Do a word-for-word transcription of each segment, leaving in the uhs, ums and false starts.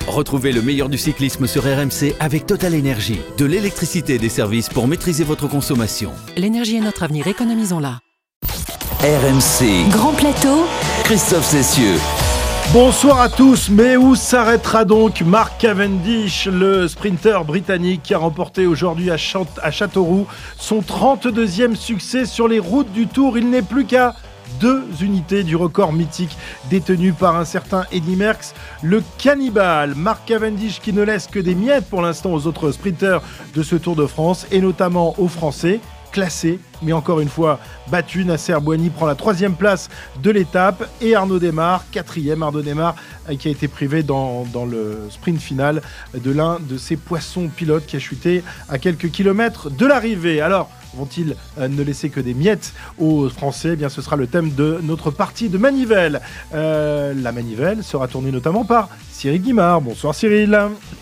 Retrouvez le meilleur du cyclisme sur R M C avec Total Énergie. De l'électricité et des services pour maîtriser votre consommation. L'énergie est notre avenir, économisons-la. R M C. Grand Plateau. Christophe Cessieux. Bonsoir à tous, mais où s'arrêtera donc Mark Cavendish, le sprinter britannique qui a remporté aujourd'hui à, Chant- à Châteauroux son trente-deuxième succès sur les routes du Tour. Il n'est plus qu'à deux unités du record mythique détenu par un certain Eddy Merckx, le cannibale. Mark Cavendish qui ne laisse que des miettes pour l'instant aux autres sprinters de ce Tour de France et notamment aux Français. Classé, mais encore une fois battu. Nasser Boughanni prend la troisième place de l'étape et Arnaud Démare, quatrième. Arnaud Démare qui a été privé dans, dans le sprint final de l'un de ses poissons pilotes qui a chuté à quelques kilomètres de l'arrivée. Alors, vont-ils euh, ne laisser que des miettes aux Français ? Eh bien, ce sera le thème de notre partie de manivelle. Euh, la manivelle sera tournée notamment par Cyril Guimard. Bonsoir Cyril.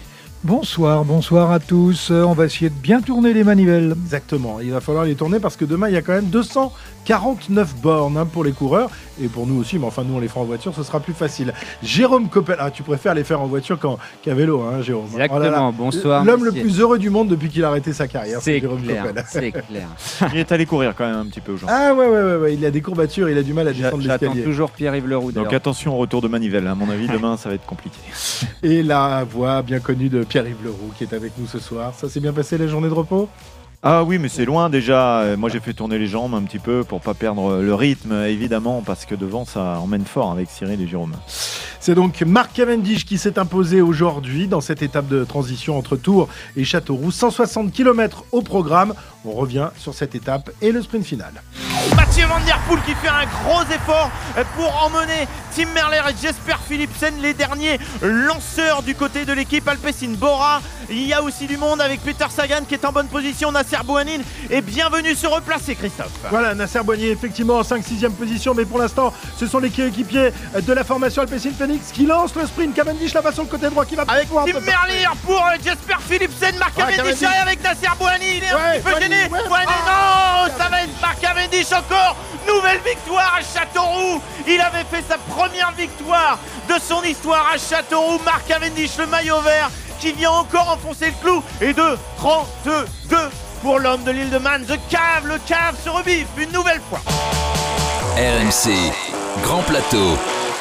Bonsoir, bonsoir à tous. On va essayer de bien tourner les manivelles. Exactement, il va falloir les tourner parce que demain il y a quand même deux cent quarante-neuf bornes hein, pour les coureurs et pour nous aussi, mais enfin nous on les fera en voiture, ce sera plus facile. Jérôme Coppel, ah tu préfères les faire en voiture qu'en, qu'à vélo, hein, Jérôme. Exactement, oh là là. bonsoir. L'homme monsieur. le plus heureux du monde depuis qu'il a arrêté sa carrière, c'est, c'est Jérôme clair, Coppel. C'est clair. Il est allé courir quand même un petit peu aujourd'hui. Ah ouais, ouais, ouais, ouais, il a des courbatures, il a du mal à descendre J'attends l'escalier. toujours Pierre-Yves Leroux. Donc attention au retour de manivelle, à mon avis demain ça va être compliqué. Et la voix bien connue de Pierre-Yves Leroux qui est avec nous ce soir. Ça s'est bien passé les journées de repos ? Ah oui, mais c'est loin déjà. Moi j'ai fait tourner les jambes un petit peu pour pas perdre le rythme évidemment parce que devant ça emmène fort avec Cyril et Jérôme. C'est donc Mark Cavendish qui s'est imposé aujourd'hui dans cette étape de transition entre Tours et Châteauroux. cent soixante kilomètres au programme. On revient sur cette étape et le sprint final. Mathieu Van Der Poel qui fait un gros effort pour emmener Tim Merlier et Jesper Philipsen, les derniers lanceurs du côté de l'équipe Alpecin. Bora, il y a aussi du monde avec Peter Sagan qui est en bonne position. Nasser Boughanni est bienvenu se replacer, Christophe. Voilà, Nasser Boughanni effectivement en cinq sixième position, mais pour l'instant ce sont les coéquipiers de la formation Alpecin Phoenix qui lancent le sprint. Cavendish là-bas sur le côté droit qui va avec pouvoir... Tim Merlier pour Jesper Philipsen. Mark Ouais, Cavendish Cavendish. avec Nasser Boughanni, il est Ouais, un petit peu Boughanni, gêné. ouais. Boughanni, Ah, non, ça va être Mark Cavendish encore. Nouvelle victoire à Châteauroux. Il avait fait sa première victoire de son histoire à Châteauroux. Mark Cavendish, le maillot vert, qui vient encore enfoncer le clou. Et de trente-deux pour l'homme de l'île de Man. The Cave, le Cave se rebiffe une nouvelle fois. R M C. Grand Plateau.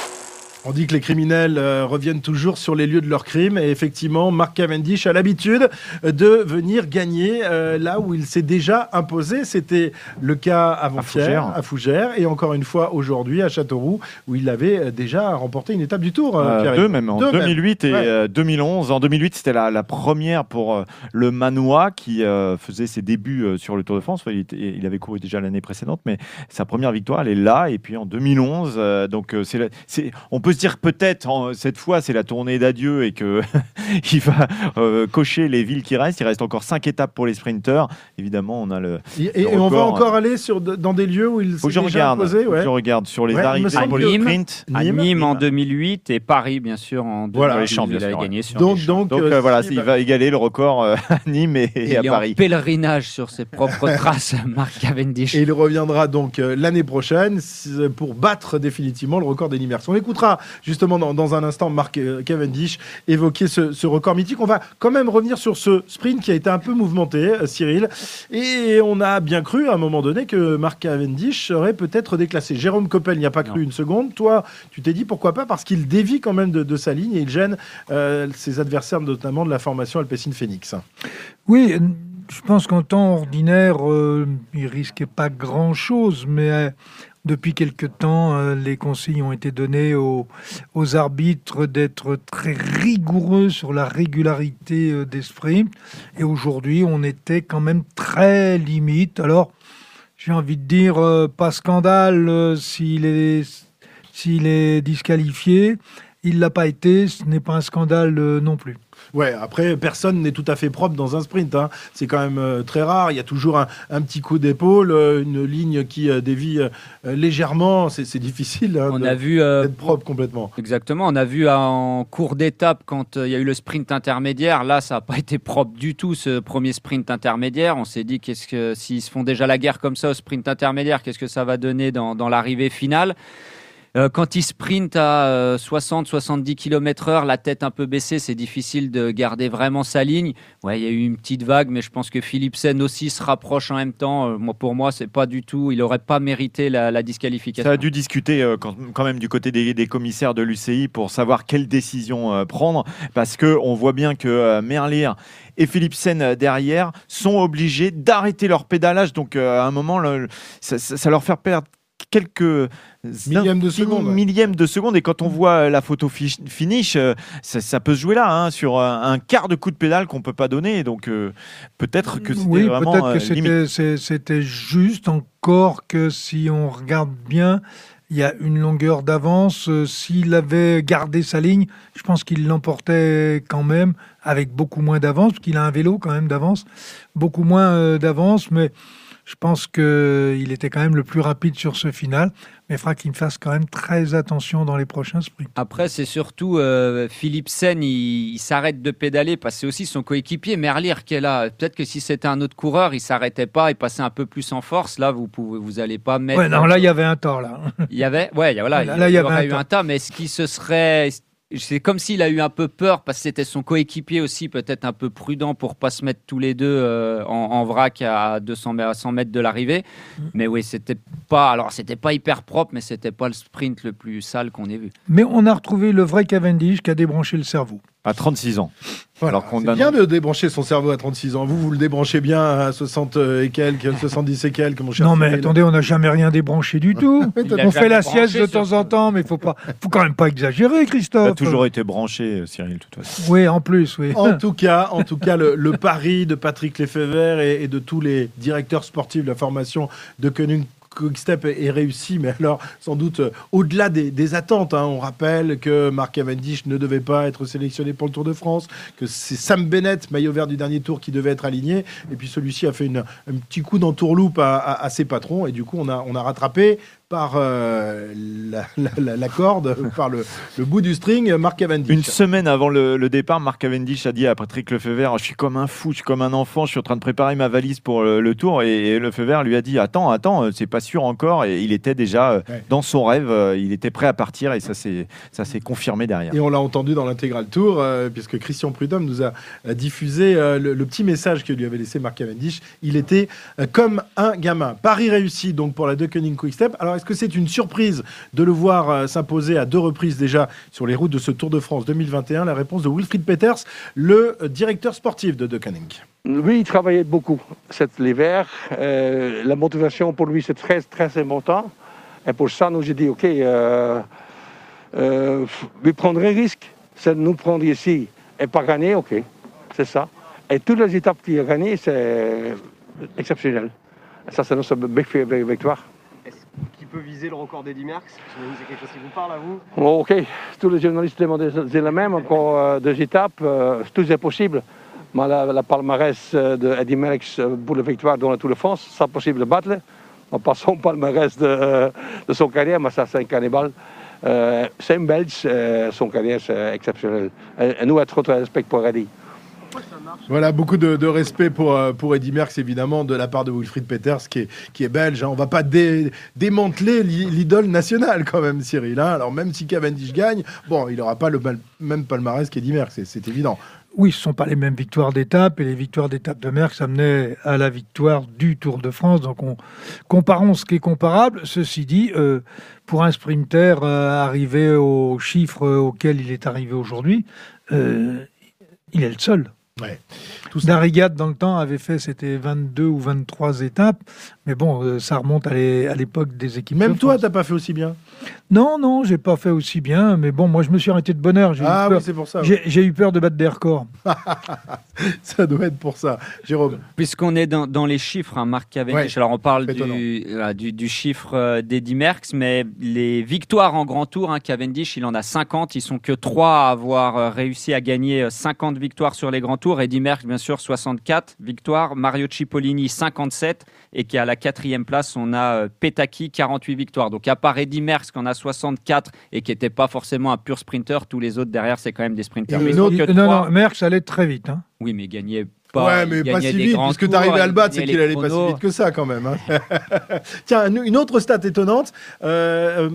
On dit que les criminels euh, reviennent toujours sur les lieux de leurs crimes et effectivement, Mark Cavendish a l'habitude de venir gagner euh, là où il s'est déjà imposé. C'était le cas avant-hier à Fougères et encore une fois aujourd'hui à Châteauroux où il avait déjà remporté une étape du Tour. Euh, Pierre. deux même, en deux deux mille huit même. et Ouais. euh, deux mille onze. En deux mille huit, c'était la, la première pour euh, le Manois qui euh, faisait ses débuts euh, sur le Tour de France. Enfin, il, était, il avait couru déjà l'année précédente, mais sa première victoire, elle est là. Et puis en deux mille onze, euh, donc euh, c'est, la, c'est, on peut se dire peut-être en, cette fois, c'est la tournée d'adieu et que il va euh, cocher les villes qui restent. Il reste encore cinq étapes pour les sprinteurs. Évidemment, on a le. Et, et, le et on va record. encore aller sur, dans des lieux où il Faut s'est que je déjà regarde. imposé. Faut que Ouais. je regarde sur les Ouais, il me arrivées semble pour que- les sprints. À Nîmes. Nîmes en deux mille huit et Paris bien sûr en deux mille douze. Voilà, les champs, bien il a sûr, gagné ouais. sur Donc, les champs. donc, Donc euh, euh, voilà, si, il bah, va égaler le record euh, à Nîmes et, et il à est Paris. en pèlerinage sur ses propres traces, Mark Cavendish. Et il reviendra donc euh, l'année prochaine euh, pour battre définitivement le record d'Eddy Merckx. On écoutera justement dans, dans un instant Mark euh, Cavendish évoquer ce, ce record mythique. On va quand même revenir sur ce sprint qui a été un peu mouvementé, euh, Cyril. Et on a bien cru à un moment donné que Mark Cavendish serait peut-être déclassé. Jérôme Coppel n'y a pas cru Non. une seconde. Toi, tu t'es dit pourquoi pas, parce qu'il dévie quand même de, de sa ligne et il gêne euh, ses adversaires, notamment de la formation Alpecin Phoenix. Oui, je pense qu'en temps ordinaire, euh, il risquait pas grand-chose, mais euh, depuis quelque temps, euh, les consignes ont été données aux, aux arbitres d'être très rigoureux sur la régularité euh, des sprints. Et aujourd'hui, on était quand même très limite. Alors, j'ai envie de dire, euh, pas scandale euh, s'il est, s'il est disqualifié. Il ne l'a pas été, ce n'est pas un scandale euh, non plus. Ouais, après, personne n'est tout à fait propre dans un sprint. Hein. C'est quand même euh, très rare. Il y a toujours un, un petit coup d'épaule, euh, une ligne qui euh, dévie euh, légèrement. C'est, c'est difficile hein, On de, a vu euh, d'être propre complètement. Exactement, on a vu euh, en cours d'étape quand euh, il y a eu le sprint intermédiaire, là ça n'a pas été propre du tout ce premier sprint intermédiaire. On s'est dit qu'est-ce que s'ils se font déjà la guerre comme ça au sprint intermédiaire, qu'est-ce que ça va donner dans, dans l'arrivée finale. Euh, quand il sprint à euh, soixante à soixante-dix kilomètres heure, la tête un peu baissée, c'est difficile de garder vraiment sa ligne. Ouais, il y a eu une petite vague, mais je pense que Philipsen aussi se rapproche en même temps. Euh, moi, pour moi, c'est pas du tout. Il n'aurait pas mérité la, la disqualification. Ça a dû discuter euh, quand, quand même du côté des, des commissaires de l'U C I pour savoir quelle décision euh, prendre, parce que on voit bien que euh, Merlier et Philipsen euh, derrière sont obligés d'arrêter leur pédalage. Donc euh, à un moment, le, ça, ça, ça leur fait perdre quelques millièmes de seconde, millièmes de seconde, et quand on voit la photo fi- finish, euh, ça, ça peut se jouer là, hein, sur un, un quart de coup de pédale qu'on peut pas donner. Donc euh, peut-être que c'était oui, vraiment peut-être que euh, c'était, limite. c'est, c'était juste encore que si on regarde bien, il y a une longueur d'avance. Euh, s'il avait gardé sa ligne, je pense qu'il l'emportait quand même avec beaucoup moins d'avance, parce qu'il a un vélo quand même d'avance, beaucoup moins euh, d'avance, mais je pense qu'il était quand même le plus rapide sur ce final. Mais il faudra qu'il fasse quand même très attention dans les prochains sprints. Après, c'est surtout euh, Philipsen, il, il s'arrête de pédaler parce que c'est aussi son coéquipier Merlier qui est là. Peut-être que si c'était un autre coureur, il s'arrêtait pas, il passait un peu plus en force. Là, vous pouvez, vous allez pas mettre. Ouais, non, là, il y avait un temps là. Il y avait, ouais, voilà, là, il, là, il y il avait aurait un eu temps. un tas, mais est-ce qu'il se serait C'est comme s'il a eu un peu peur parce que c'était son coéquipier aussi, peut-être un peu prudent pour pas se mettre tous les deux euh, en, en vrac à deux cents à cent mètres de l'arrivée. Mmh. Mais oui, c'était pas, alors c'était pas hyper propre, mais c'était pas le sprint le plus sale qu'on ait vu. Mais on a retrouvé le vrai Cavendish qui a débranché le cerveau. À trente-six ans. Voilà, Alors qu'on c'est donne... bien de débrancher son cerveau à trente-six ans. Vous, vous le débranchez bien à soixante et quelques, soixante-dix et quelques, mon cher. Non, mais Cyril. attendez, on n'a jamais rien débranché du tout. On fait la sieste de temps en temps, mais il faut pas, faut quand même pas exagérer, Christophe. Il a toujours été branché, Cyril, de toute façon. Oui, en plus, oui. En tout cas, en tout cas, le, le pari de Patrick Lefebvre et, et de tous les directeurs sportifs de la formation de Koenig Quick-Step est réussi, mais alors sans doute euh, au-delà des, des attentes. Hein. On rappelle que Mark Cavendish ne devait pas être sélectionné pour le Tour de France, que c'est Sam Bennett, maillot vert du dernier tour, qui devait être aligné, et puis celui-ci a fait une, un petit coup d'entourloupe à, à, à ses patrons, et du coup on a, on a rattrapé par euh, la, la, la corde, par le, le bout du string, Mark Cavendish. Une semaine avant le, le départ, Mark Cavendish a dit à Patrick Lefebvre: je suis comme un fou, je suis comme un enfant, je suis en train de préparer ma valise pour le, le Tour. Et, et Lefebvre lui a dit: attends, attends, c'est pas sûr encore. Et il était déjà euh, ouais. dans son rêve, euh, il était prêt à partir, et ça s'est, ça s'est confirmé derrière. Et on l'a entendu dans l'intégral Tour, euh, puisque Christian Prudhomme nous a, a diffusé euh, le, le petit message que lui avait laissé Mark Cavendish. Il était euh, comme un gamin. Paris réussi donc pour la De Koenig Quick-Step. Alors est-ce que c'est une surprise de le voir euh, s'imposer à deux reprises déjà sur les routes de ce Tour de France deux mille vingt et un? La réponse de Wilfried Peters, le euh, directeur sportif de De Koenig. Lui, il travaillait beaucoup cet hiver. Euh, la motivation pour lui, c'est très, très important. Et pour ça, nous, j'ai dit, OK, euh, euh, lui prendre un risque, c'est nous prendre ici et pas gagner, OK, c'est ça. Et toutes les étapes qu'il a gagnées, c'est exceptionnel. Et ça, c'est notre big victoire. Qui peut viser le record d'Eddy Merckx? C'est quelque chose qui vous parle à vous? Oh, ok, tous les journalistes demandaient la même, encore euh, deux étapes, euh, tout est possible. Mais la, la palmarès d'Eddy Merckx pour la victoire dans le Tour de France, c'est possible de battre. On passe son palmarès de, de son carrière, mais ça c'est un cannibale. Euh, c'est un Belge, euh, son carrière c'est exceptionnel. Et, et nous, être trop de respect pour Eddy. Voilà, beaucoup de, de respect pour, pour Eddy Merckx, évidemment, de la part de Wilfried Peters, qui est, qui est belge. Hein. On ne va pas dé, démanteler l'idole nationale, quand même, Cyril. Hein. Alors, même si Cavendish gagne, bon, il n'aura pas le même palmarès qu'Eddy Merckx, c'est, c'est évident. Oui, ce ne sont pas les mêmes victoires d'étape, et les victoires d'étape de Merckx amenaient à la victoire du Tour de France. Donc, on, comparons ce qui est comparable. Ceci dit, euh, pour un sprinter euh, arrivé aux chiffres auxquels il est arrivé aujourd'hui, euh, il est le seul. Ouais. Darrigat, dans le temps, avait fait, c'était vingt-deux ou vingt-trois étapes. Mais bon, euh, ça remonte à, les, à l'époque des équipes. Même toi, tu n'as pas fait aussi bien? Non, non, j'ai pas fait aussi bien. Mais bon, moi, je me suis arrêté de bonne heure. J'ai ah eu peur, oui, c'est pour ça. J'ai, j'ai eu peur de battre des records. Ça doit être pour ça. Jérôme? Puisqu'on est dans, dans les chiffres, hein, Mark Cavendish, ouais, alors on parle du, euh, du, du chiffre euh, d'Eddy Merckx, mais les victoires en grand tour, hein, Cavendish, il en a cinquante. Ils sont que trois à avoir euh, réussi à gagner cinquante victoires sur les grands tours. Eddy Merckx, bien sûr, soixante-quatre victoires. Mario Cipollini, cinquante-sept. Et qui est à la quatrième place, on a euh, Petacchi, quarante-huit victoires. Donc à part Eddy Merckx, qu'on a soixante-quatre et qui n'était pas forcément un pur sprinter, tous les autres derrière, c'est quand même des sprinters. Mais autre que non, non, Merckx allait très vite. Hein. Oui, mais gagner pas. Ouais, mais pas si vite, puisque tu arrivais à le battre, c'est qu'il allait pas si vite que ça quand même. Hein. Tiens, une autre stat étonnante. Euh,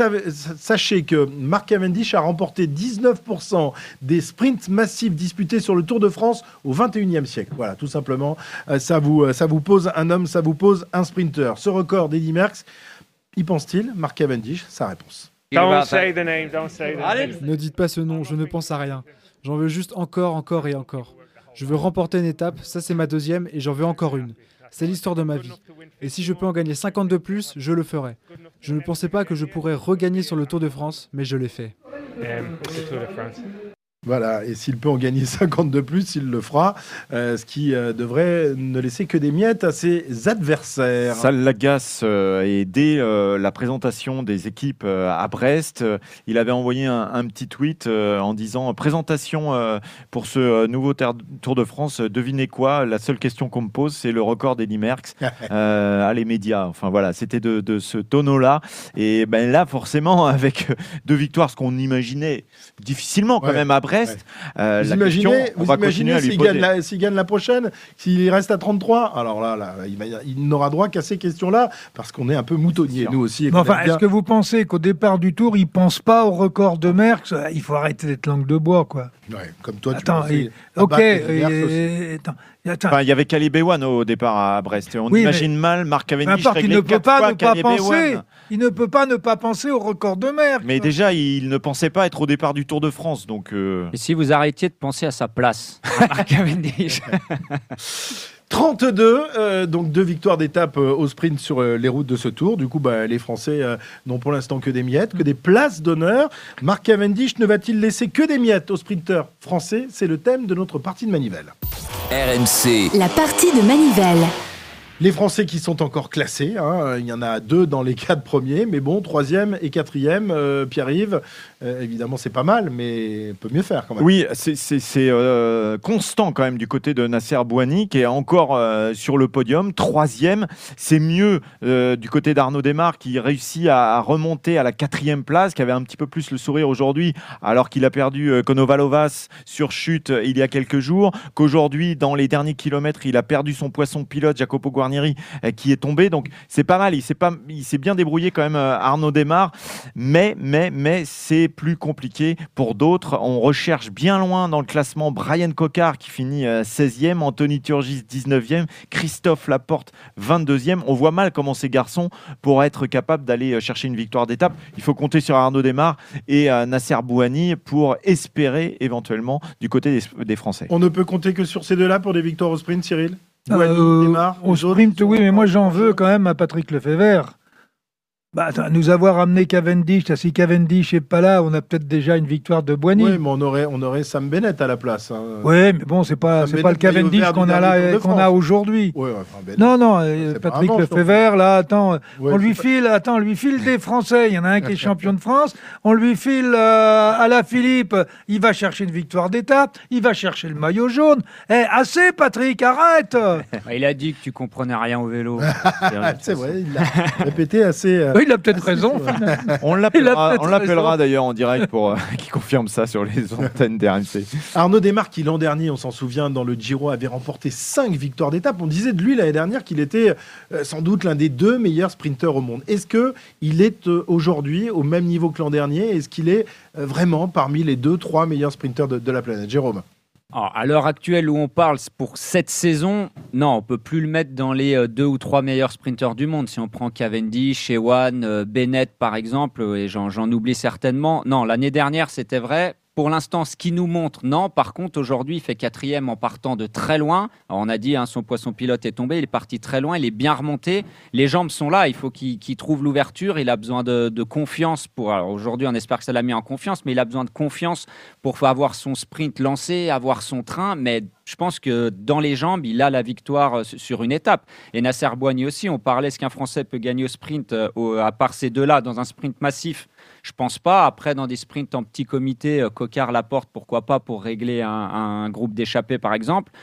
sachez que Mark Cavendish a remporté dix-neuf pour cent des sprints massifs disputés sur le Tour de France au vingt et unième siècle. Voilà, tout simplement. Ça vous, ça vous pose un homme, ça vous pose un sprinter. Ce record d'Eddy Merckx, y pense-t-il? Mark Cavendish, sa réponse. Don't say the name, don't say the name. Ne dites pas ce nom, je ne pense à rien. J'en veux juste encore, encore et encore. Je veux remporter une étape, ça c'est ma deuxième et j'en veux encore une. C'est l'histoire de ma vie. Et si je peux en gagner cinquante de plus, je le ferai. Je ne pensais pas que je pourrais regagner sur le Tour de France, mais je l'ai fait. Um, it's the Tour de France. Voilà, et s'il peut en gagner cinquante de plus, il le fera, euh, ce qui euh, devrait ne laisser que des miettes à ses adversaires. Ça l'agace, euh, et dès euh, la présentation des équipes euh, à Brest, euh, il avait envoyé un, un petit tweet euh, en disant « Présentation euh, pour ce euh, nouveau ter- Tour de France, devinez quoi, la seule question qu'on me pose, c'est le record d'Eddy Merckx euh, à les médias. » Enfin voilà, c'était de, de ce tonneau-là. Et ben là, forcément, avec deux victoires, ce qu'on imaginait difficilement quand ouais. même à Brest, Euh, vous la imaginez, question, on vous va imaginez continuer à lui s'il poser. gagne, la, s'il gagne la prochaine, s'il reste à trente-trois, alors là, là il, va, il n'aura droit qu'à ces questions-là, parce qu'on est un peu moutonniers, nous aussi. Mais enfin, bien... est-ce que vous pensez qu'au départ du Tour, il ne pense pas au record de Merckx? Il faut arrêter d'être langue de bois, quoi. Ouais, comme toi, tu attends, pensais. Il... Ok, et... attends. Attends. Enfin, il y avait Caleb Ewan au départ à Brest. On oui, imagine mais... mal Mark Cavendish il ne peut pas ne pas penser. Ewan. Il ne peut pas ne pas penser au record de Merckx. Mais déjà, il ne pensait pas être au départ du Tour de France, donc. Euh... Et si vous arrêtiez de penser à sa place, Mark Cavendish. trente-deux, euh, donc deux victoires d'étape euh, au sprint sur euh, les routes de ce tour. Du coup, bah, les Français euh, n'ont pour l'instant que des miettes, que des places d'honneur. Mark Cavendish ne va-t-il laisser que des miettes aux sprinteurs français? C'est le thème de notre partie de manivelle. R M C. La partie de manivelle. Les Français qui sont encore classés, hein, il y en a deux dans les quatre premiers, mais bon, troisième et quatrième, euh, Pierre-Yves, euh, évidemment c'est pas mal, mais on peut mieux faire quand même. Oui, c'est, c'est, c'est euh, constant quand même du côté de Nasser Bouhanni, qui est encore euh, sur le podium, troisième, c'est mieux euh, du côté d'Arnaud Démare, qui réussit à, à remonter à la quatrième place, qui avait un petit peu plus le sourire aujourd'hui, alors qu'il a perdu euh, Konovalovas sur chute euh, il y a quelques jours, qu'aujourd'hui, dans les derniers kilomètres, il a perdu son poisson pilote, Jacopo Guarnieri, qui est tombé, donc c'est pas mal, il s'est, pas, il s'est bien débrouillé quand même Arnaud Démare, mais, mais, mais c'est plus compliqué pour d'autres. On recherche bien loin dans le classement Brian Cocard qui finit seizième, Anthony Turgis dix-neuvième, Christophe Laporte vingt-deuxième. On voit mal comment ces garçons pourraient être capables d'aller chercher une victoire d'étape. Il faut compter sur Arnaud Démare et Nasser Bouhanni pour espérer éventuellement du côté des, des Français. On ne peut compter que sur ces deux-là pour des victoires au sprint, Cyril? Euh, Démare, au sprint, oui, mais moi j'en veux quand même à Patrick Lefebvre. Bah, attends, nous avoir amené Cavendish, si Cavendish n'est pas là, on a peut-être déjà une victoire de Bouhanni. Oui, mais on aurait, on aurait Sam Bennett à la place. Hein. Oui, mais bon, c'est pas, c'est pas le Cavendish qu'on a là, qu'on a aujourd'hui. Ouais, enfin, Bennett, non, non, euh, Patrick Lefebvre, là, attends, ouais, on lui file, attends, on lui file des Français. Il y en a un qui est champion de France. On lui file euh, Alaphilippe. Il va chercher une victoire d'étape. Il va chercher le maillot jaune. Eh, assez, Patrick, arrête. Il a dit que tu comprenais rien au vélo. C'est vrai, il l'a répété assez. Euh... Oui, il a peut-être raison. On l'appellera, on l'appellera d'ailleurs en direct pour euh, qu'il confirme ça sur les antennes d'R M C. Arnaud Démare, qui l'an dernier, on s'en souvient, dans le Giro, avait remporté cinq victoires d'étape. On disait de lui l'année dernière qu'il était euh, sans doute l'un des deux meilleurs sprinteurs au monde. Est-ce qu'il est euh, aujourd'hui au même niveau que l'an dernier? Est-ce qu'il est euh, vraiment parmi les deux, trois meilleurs sprinteurs de, de la planète? Jérôme? Alors, à l'heure actuelle où on parle, pour cette saison, non, on ne peut plus le mettre dans les euh, deux ou trois meilleurs sprinteurs du monde. Si on prend Cavendish, Ewan, euh, Bennett par exemple, et j'en, j'en oublie certainement. Non, l'année dernière, c'était vrai. Pour l'instant, ce qui nous montre, non. Par contre, aujourd'hui, il fait quatrième en partant de très loin. Alors, on a dit, hein, son poisson pilote est tombé. Il est parti très loin. Il est bien remonté. Les jambes sont là. Il faut qu'il, qu'il trouve l'ouverture. Il a besoin de, de confiance. Pour, alors, aujourd'hui, on espère que ça l'a mis en confiance, mais il a besoin de confiance pour avoir son sprint lancé, avoir son train. Mais je pense que dans les jambes, il a la victoire sur une étape. Et Nasser Bouhanni aussi. On parlait, est-ce qu'un Français peut gagner au sprint, euh, au, à part ces deux-là, dans un sprint massif? Je pense pas. Après, dans des sprints en petit comité, euh, Cocard, Laporte, pourquoi pas, pour régler un, un groupe d'échappés, par exemple.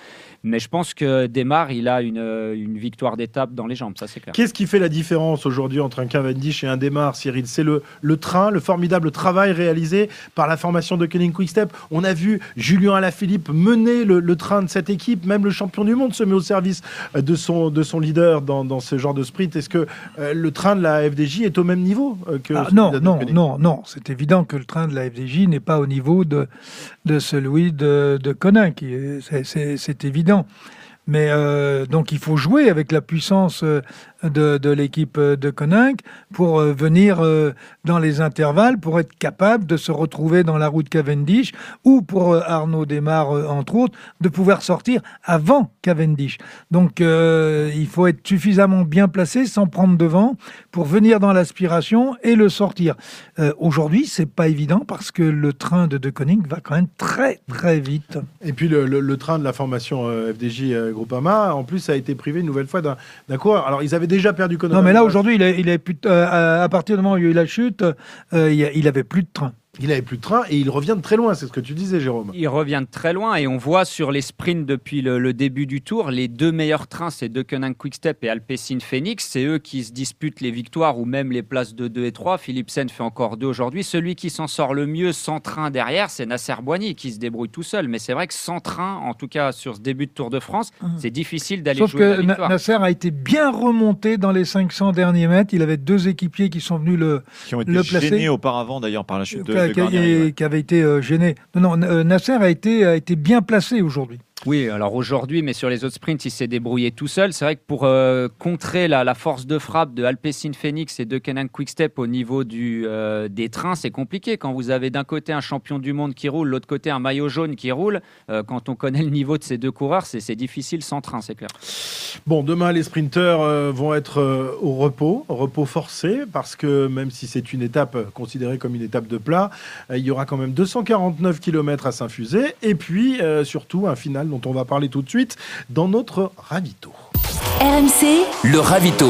Mais je pense que Démare, il a une, une victoire d'étape dans les jambes, ça c'est clair. Qu'est-ce qui fait la différence aujourd'hui entre un Cavendish et un Démare, Cyril ? C'est le, le train, le formidable travail réalisé par la formation de Koenig Quick-Step. On a vu Julien Alaphilippe mener le, le train de cette équipe. Même le champion du monde se met au service de son, de son leader dans, dans ce genre de sprint. Est-ce que euh, le train de la F D J est au même niveau euh, que ah, Non, non, non, non. C'est évident que le train de la F D J n'est pas au niveau de, de celui de, de Koenig. C'est, c'est, c'est évident. Mais euh, donc il faut jouer avec la puissance euh, de, de l'équipe de Koenig pour euh, venir euh, dans les intervalles, pour être capable de se retrouver dans la route Cavendish ou pour euh, Arnaud Démare, euh, entre autres, de pouvoir sortir avant Cavendish. Donc euh, il faut être suffisamment bien placé sans prendre devant pour venir dans l'aspiration et le sortir. Euh, aujourd'hui, c'est pas évident parce que le train de De Koenig va quand même très très vite. Et puis le, le, le train de la formation euh, F D J euh, Groupama, en plus, a été privé une nouvelle fois d'un, d'un coureur. Alors ils avaient déjà perdu Konoda. Non, mais là aujourd'hui, il a, il a plus de, euh, à partir du moment où il y a eu la chute, euh, il, a, il avait plus de train. Il n'avait plus de train et il revient de très loin, c'est ce que tu disais, Jérôme. Il revient de très loin et on voit sur les sprints depuis le, le début du tour, les deux meilleurs trains, c'est De Koenig Quick-Step et Alpecin Phoenix. C'est eux qui se disputent les victoires ou même les places de deux et trois. Philipsen fait encore deux aujourd'hui. Celui qui s'en sort le mieux sans train derrière, c'est Nasser Boigny qui se débrouille tout seul. Mais c'est vrai que sans train, en tout cas sur ce début de Tour de France, mmh. c'est difficile d'aller Sauf jouer la victoire. Sauf que Nasser a été bien remonté dans les cinq cents derniers mètres. Il avait deux équipiers qui sont venus le, qui ont été le placer. gênés auparavant d'ailleurs par la chute de, de Garnier. Avait été euh, gêné. Non, non, euh, Nasser a été, a été bien placé aujourd'hui. Oui, alors aujourd'hui, mais sur les autres sprints, il s'est débrouillé tout seul. C'est vrai que pour euh, contrer la, la force de frappe de Alpecin Phoenix et de Koenig Quick-Step au niveau du, euh, des trains, c'est compliqué. Quand vous avez d'un côté un champion du monde qui roule, l'autre côté un maillot jaune qui roule, euh, quand on connaît le niveau de ces deux coureurs, c'est, c'est difficile sans train, c'est clair. Bon, demain, les sprinteurs euh, vont être euh, au repos, repos forcé, parce que même si c'est une étape euh, considérée comme une étape de plat, euh, il y aura quand même deux cent quarante-neuf kilomètres à s'infuser, et puis euh, surtout un final dont on va parler tout de suite dans notre ravito. R M C, le ravito.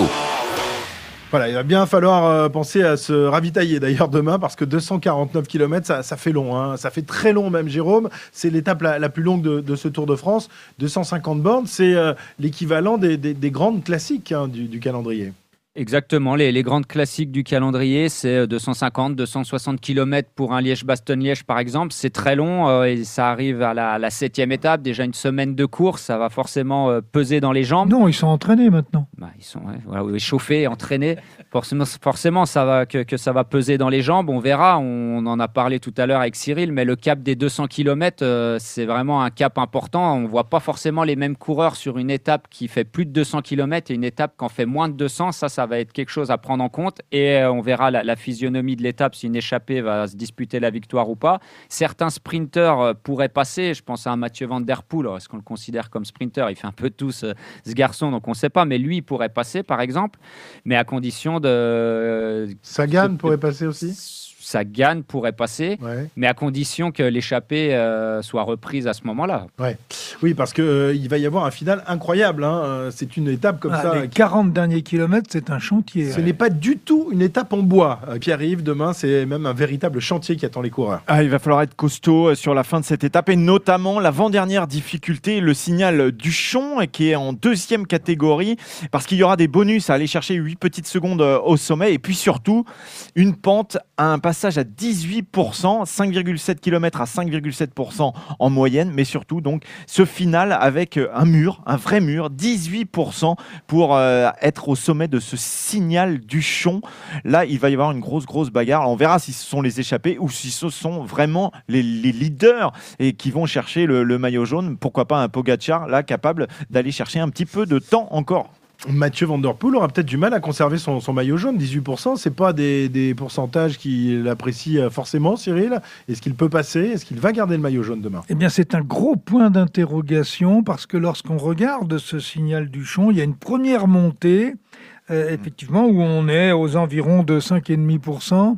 Voilà, il va bien falloir euh, penser à se ravitailler d'ailleurs demain parce que deux cent quarante-neuf kilomètres, ça, ça fait long, hein. Ça fait très long même, Jérôme. C'est l'étape la, la plus longue de, de ce Tour de France. deux cent cinquante bornes, c'est euh, l'équivalent des, des, des grandes classiques hein, du, du calendrier. Exactement, les, les grandes classiques du calendrier, c'est deux cent cinquante, deux cent soixante kilomètres pour un Liège-Bastogne-Liège par exemple. C'est très long euh, et ça arrive à la, à la septième étape. Déjà une semaine de course, ça va forcément euh, peser dans les jambes. Non, ils sont entraînés maintenant. Bah, ils sont ouais, voilà, échauffés, entraînés. Forcément, forcément ça va, que, que ça va peser dans les jambes. On verra, on, on en a parlé tout à l'heure avec Cyril, mais le cap des deux cents kilomètres, euh, c'est vraiment un cap important. On ne voit pas forcément les mêmes coureurs sur une étape qui fait plus de deux cents kilomètres et une étape qui en fait moins de deux cents. Ça, ça va être quelque chose à prendre en compte et on verra la, la physionomie de l'étape, si une échappée va se disputer la victoire ou pas. Certains sprinteurs pourraient passer, je pense à un Mathieu Van Der Poel, est-ce qu'on le considère comme sprinter? Il fait un peu tout ce, ce garçon, donc on ne sait pas, mais lui il pourrait passer par exemple, mais à condition de... Sagan de, pourrait passer aussi Sagan pourrait passer, ouais. mais à condition que l'échappée euh, soit reprise à ce moment-là. Ouais. Oui, parce qu'il euh, va y avoir un final incroyable. Hein. C'est une étape comme ah, ça. Les quarante derniers kilomètres, c'est un chantier. Ce ouais. n'est pas du tout une étape en bois qui arrive demain. C'est même un véritable chantier qui attend les coureurs. Ah, il va falloir être costaud sur la fin de cette étape et notamment l'avant-dernière difficulté, le signal Duchon qui est en deuxième catégorie parce qu'il y aura des bonus à aller chercher huit petites secondes au sommet et puis surtout une pente à un passage à dix-huit pour cent, cinq virgule sept kilomètres à cinq virgule sept pour cent en moyenne, mais surtout donc ce final avec un mur, un vrai mur, dix-huit pour cent pour euh, être au sommet de ce signal Duchon. Là, il va y avoir une grosse, grosse bagarre. Alors, on verra si ce sont les échappés ou si ce sont vraiment les, les leaders et qui vont chercher le, le maillot jaune. Pourquoi pas un Pogacar, là, capable d'aller chercher un petit peu de temps encore. Mathieu Van Der Poel aura peut-être du mal à conserver son, son maillot jaune, dix-huit pour cent, c'est pas des, des pourcentages qu'il apprécie forcément, Cyril. Est-ce qu'il peut passer? Est-ce qu'il va garder le maillot jaune demain? Eh bien, c'est un gros point d'interrogation parce que lorsqu'on regarde ce signal Duchon, il y a une première montée, euh, effectivement, où on est aux environs de cinq virgule cinq pour cent.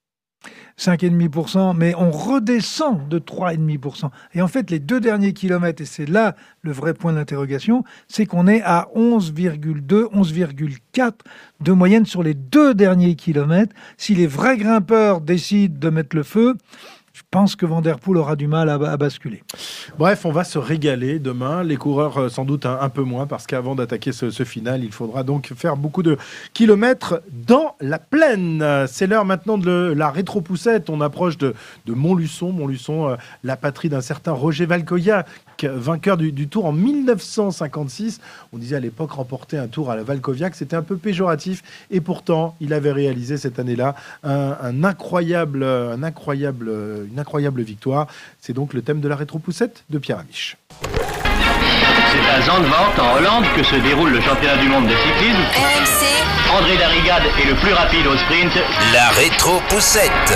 cinq virgule cinq pour cent, mais on redescend de trois virgule cinq pour cent. Et en fait, les deux derniers kilomètres, et c'est là le vrai point d'interrogation, c'est qu'on est à onze virgule deux, onze virgule quatre de moyenne sur les deux derniers kilomètres. Si les vrais grimpeurs décident de mettre le feu, je pense que Van Der Poel aura du mal à, à basculer. Bref, on va se régaler demain. Les coureurs, euh, sans doute un, un peu moins, parce qu'avant d'attaquer ce, ce final, il faudra donc faire beaucoup de kilomètres dans la plaine. C'est l'heure maintenant de le, la rétro-poussette. On approche de, de Montluçon. Montluçon, euh, la patrie d'un certain Roger Valkoviak, vainqueur du, du Tour en mille neuf cent cinquante-six. On disait à l'époque, remporter un Tour à la Valkoviak, c'était un peu péjoratif. Et pourtant, il avait réalisé cette année-là un, un incroyable, un incroyable, une incroyable victoire. C'est donc le thème de la rétro-poussette de Pierre Amiche. C'est à Zandvoort, en Hollande, que se déroule le championnat du monde de cyclisme. R M C. André Darrigade est le plus rapide au sprint. La rétro-poussette.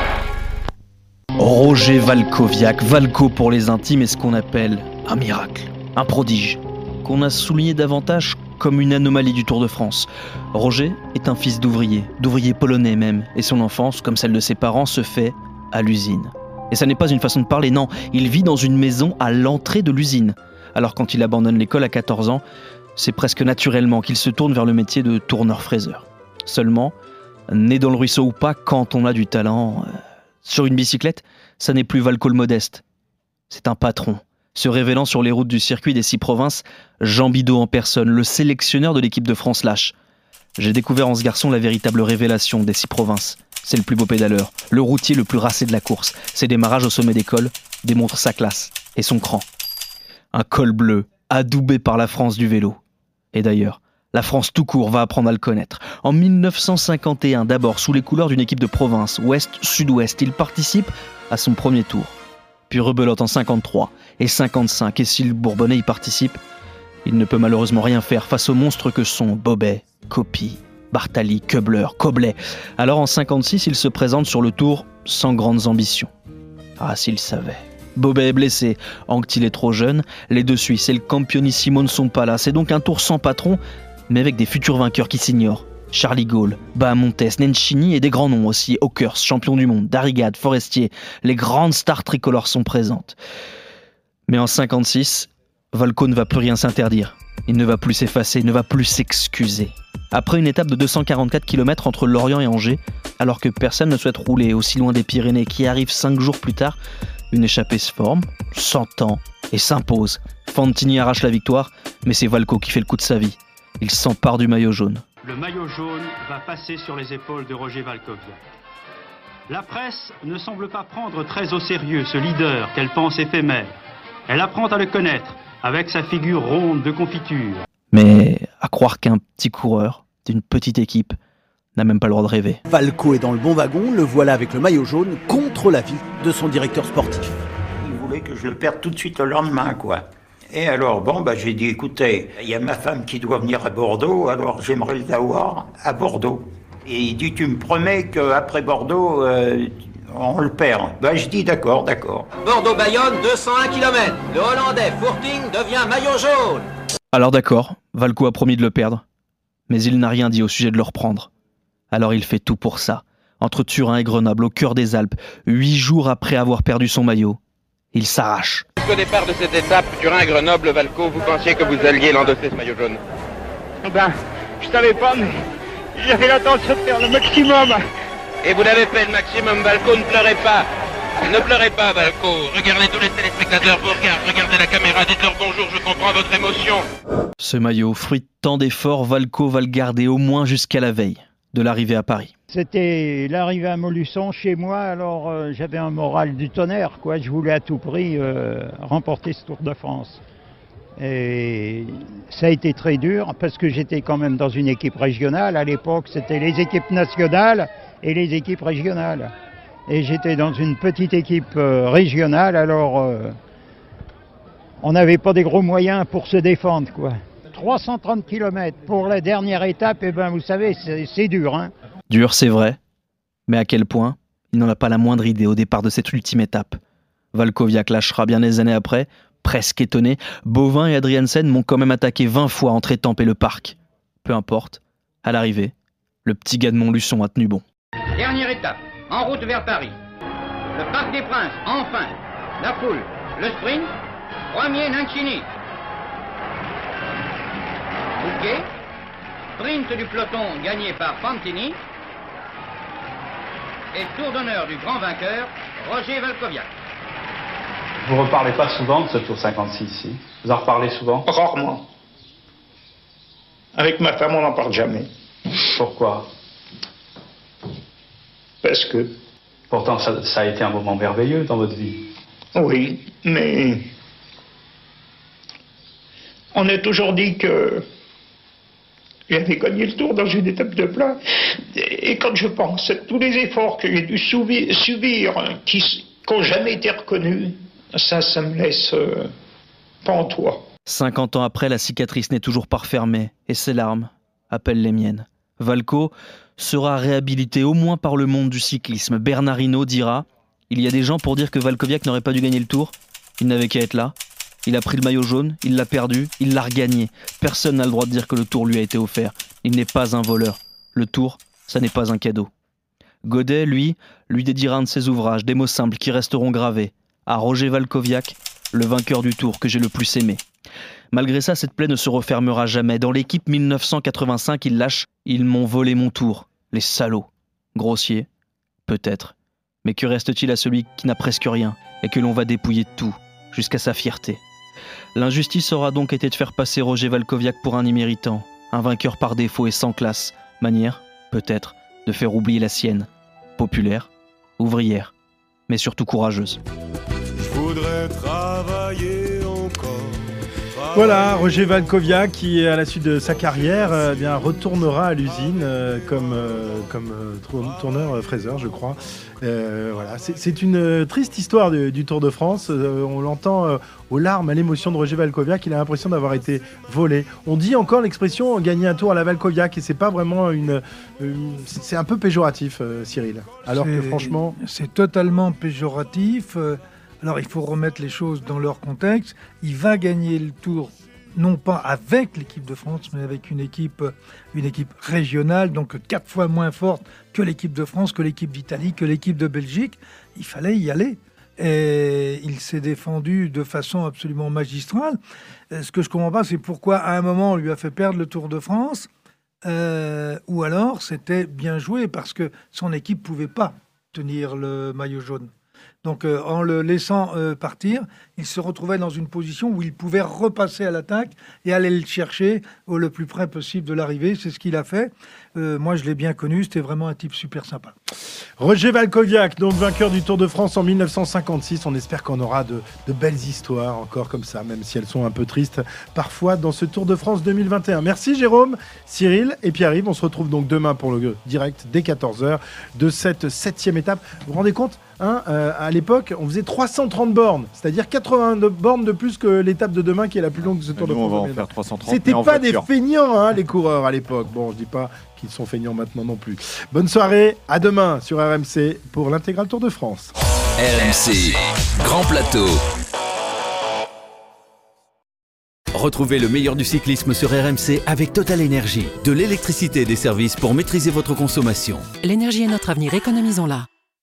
Roger Valkoviak, Valko pour les intimes, est ce qu'on appelle un miracle, un prodige, qu'on a souligné davantage comme une anomalie du Tour de France. Roger est un fils d'ouvrier, d'ouvrier polonais même, et son enfance, comme celle de ses parents, se fait à l'usine. Et ça n'est pas une façon de parler, non, il vit dans une maison à l'entrée de l'usine. Alors quand il abandonne l'école à quatorze ans, c'est presque naturellement qu'il se tourne vers le métier de tourneur-fraiseur. Seulement, né dans le ruisseau ou pas, quand on a du talent... Euh, sur une bicyclette, ça n'est plus Valko le modeste. C'est un patron, se révélant sur les routes du circuit des six provinces, Jean Bidot en personne, le sélectionneur de l'équipe de France lâche. J'ai découvert en ce garçon la véritable révélation des six provinces. C'est le plus beau pédaleur, le routier le plus racé de la course. Ses démarrages au sommet des cols démontrent sa classe et son cran. Un col bleu, adoubé par la France du vélo. Et d'ailleurs, la France tout court va apprendre à le connaître. En mille neuf cent cinquante et un, d'abord sous les couleurs d'une équipe de province, ouest-sud-ouest, il participe à son premier tour. Puis rebelote en cinquante-trois et cinquante-cinq, et si le Bourbonnais y participe, il ne peut malheureusement rien faire face aux monstres que sont Bobet, Coppi, Bartali, Köbler, Koblet. Alors en cinquante-six, il se présente sur le tour sans grandes ambitions. Ah, s'il savait. Bobet est blessé, Anquetil est trop jeune, les deux Suisses et le Campionissimo ne sont pas là. C'est donc un tour sans patron, mais avec des futurs vainqueurs qui s'ignorent. Charlie Gaulle, Bahamontes, Nencini et des grands noms aussi. Hawkers, champion du monde, Darrigade, Forestier. Les grandes stars tricolores sont présentes. Mais en cinquante-six, Valko ne va plus rien s'interdire. Il ne va plus s'effacer, ne va plus s'excuser. Après une étape de deux cent quarante-quatre kilomètres entre Lorient et Angers, alors que personne ne souhaite rouler aussi loin des Pyrénées qui arrivent cinq jours plus tard, une échappée se forme, s'entend et s'impose. Fantini arrache la victoire, mais c'est Valko qui fait le coup de sa vie. Il s'empare du maillot jaune. Le maillot jaune va passer sur les épaules de Roger Valkoviak. La presse ne semble pas prendre très au sérieux ce leader qu'elle pense éphémère. Elle apprend à le connaître avec sa figure ronde de confiture. Mais à croire qu'un petit coureur d'une petite équipe n'a même pas le droit de rêver. Valko est dans le bon wagon, le voilà avec le maillot jaune contre l'avis de son directeur sportif. Il voulait que je le perde tout de suite le lendemain, quoi. Et alors, bon, bah, j'ai dit, écoutez, il y a ma femme qui doit venir à Bordeaux, alors j'aimerais l'avoir à Bordeaux. Et il dit, tu me promets qu'après Bordeaux, euh, on le perd. Bah, je dis, d'accord, d'accord. Bordeaux-Bayonne, deux cent un kilomètres. Le Hollandais Fourting devient maillot jaune. Alors d'accord, Valko a promis de le perdre. Mais il n'a rien dit au sujet de le reprendre. Alors il fait tout pour ça. Entre Turin et Grenoble, au cœur des Alpes, huit jours après avoir perdu son maillot, il s'arrache. Au départ de cette étape, Turin-Grenoble, Valko, vous pensiez que vous alliez l'endosser ce maillot jaune? Ben, je savais pas, mais j'avais l'intention de faire le maximum. Et vous l'avez fait le maximum, Valko, ne pleurez pas. Ne pleurez pas, Valko. Regardez tous les téléspectateurs vous regardent, regardez la caméra, dites-leur bonjour, je comprends votre émotion. Ce maillot, fruit de tant d'efforts, Valko va le garder au moins jusqu'à la veille de l'arrivée à Paris. C'était l'arrivée à Montluçon chez moi, alors euh, j'avais un moral du tonnerre, quoi. Je voulais à tout prix euh, remporter ce Tour de France. Et ça a été très dur parce que j'étais quand même dans une équipe régionale. À l'époque, c'était les équipes nationales et les équipes régionales. Et j'étais dans une petite équipe euh, régionale, alors euh, on n'avait pas des gros moyens pour se défendre, quoi. trois cent trente kilomètres pour la dernière étape, et ben vous savez, c'est, c'est dur, hein. Dur, c'est vrai, mais à quel point il n'en a pas la moindre idée au départ de cette ultime étape. Valkoviak lâchera bien des années après, presque étonné. Bovin et Adriansen m'ont quand même attaqué vingt fois entre Étampes et le Parc. Peu importe, à l'arrivée, le petit gars de Montluçon a tenu bon. Dernière étape, en route vers Paris. Le Parc des Princes, enfin. La foule, le sprint, premier Nencini. Bouquet, sprint du peloton gagné par Fantini. Et tour d'honneur du grand vainqueur, Roger Valkoviak. Vous reparlez pas souvent de ce Tour cinquante-six ici? Vous en reparlez souvent? Rarement. Avec ma femme, on n'en parle jamais. Pourquoi? Parce que... Pourtant, ça, ça a été un moment merveilleux dans votre vie. Oui, mais... On a toujours dit que... J'avais gagné le Tour dans une étape de plat. Et quand je pense à tous les efforts que j'ai dû subir, subir qui n'ont jamais été reconnus, ça, ça me laisse euh, pantois. cinquante ans après, la cicatrice n'est toujours pas refermée et ses larmes appellent les miennes. Valco sera réhabilité au moins par le monde du cyclisme. Bernard Hinault dira « Il y a des gens pour dire que Valkoviak n'aurait pas dû gagner le Tour. Il n'avait qu'à être là. Il a pris le maillot jaune, il l'a perdu, il l'a regagné. Personne n'a le droit de dire que le Tour lui a été offert. Il n'est pas un voleur. Le Tour, ça n'est pas un cadeau. » Godet, lui, lui dédiera un de ses ouvrages, des mots simples qui resteront gravés. À Roger Valkoviak, le vainqueur du Tour que j'ai le plus aimé. Malgré ça, cette plaie ne se refermera jamais. Dans l'équipe mille neuf cent quatre-vingt-cinq, il lâche « Ils m'ont volé mon Tour. Les salauds. » Grossier, peut-être. Mais que reste-t-il à celui qui n'a presque rien et que l'on va dépouiller de tout, jusqu'à sa fierté? L'injustice aura donc été de faire passer Roger Valkoviak pour un imméritant, un vainqueur par défaut et sans classe. Manière, peut-être, de faire oublier la sienne. Populaire, ouvrière, mais surtout courageuse. Je voudrais travailler encore. Voilà, Roger Valkoviak qui, à la suite de sa carrière, euh, bien, retournera à l'usine euh, comme, euh, comme euh, tourneur euh, fraiseur, je crois. Euh, voilà, c'est, c'est une triste histoire du, du Tour de France. Euh, on l'entend euh, aux larmes, à l'émotion de Roger Valkoviak. Il a l'impression d'avoir été volé. On dit encore l'expression gagner un Tour à la Valkoviak et c'est pas vraiment une, une c'est un peu péjoratif, euh, Cyril. Alors c'est, que franchement, c'est totalement péjoratif. Alors il faut remettre les choses dans leur contexte. Il va gagner le Tour, non pas avec l'équipe de France, mais avec une équipe, une équipe régionale, donc quatre fois moins forte que l'équipe de France, que l'équipe d'Italie, que l'équipe de Belgique. Il fallait y aller. Et il s'est défendu de façon absolument magistrale. Ce que je ne comprends pas, c'est pourquoi à un moment on lui a fait perdre le Tour de France, euh, ou alors c'était bien joué parce que son équipe ne pouvait pas tenir le maillot jaune. Donc euh, en le laissant euh, partir, il se retrouvait dans une position où il pouvait repasser à l'attaque et aller le chercher au le plus près possible de l'arrivée. C'est ce qu'il a fait. Euh, moi, je l'ai bien connu. C'était vraiment un type super sympa. Roger Valkoviak, donc vainqueur du Tour de France en mille neuf cent cinquante-six. On espère qu'on aura de, de belles histoires encore comme ça, même si elles sont un peu tristes parfois dans ce Tour de France deux mille vingt et un. Merci Jérôme, Cyril et Pierre-Yves. On se retrouve donc demain pour le direct dès quatorze heures de cette septième étape. Vous vous rendez compte hein, euh, à l'époque, on faisait trois cent trente bornes, c'est-à-dire quatre-vingts bornes de plus que l'étape de demain qui est la plus longue de ce Tour nous, de France. On va en faire trois cent trente. C'était pas des feignants, hein, les coureurs à l'époque. Bon, je dis pas qu'ils sont feignants maintenant non plus. Bonne soirée, à demain sur R M C pour l'intégral Tour de France. R M C, Grand Plateau. Retrouvez le meilleur du cyclisme sur R M C avec Total Énergie. De l'électricité et des services pour maîtriser votre consommation. L'énergie est notre avenir, économisons-la.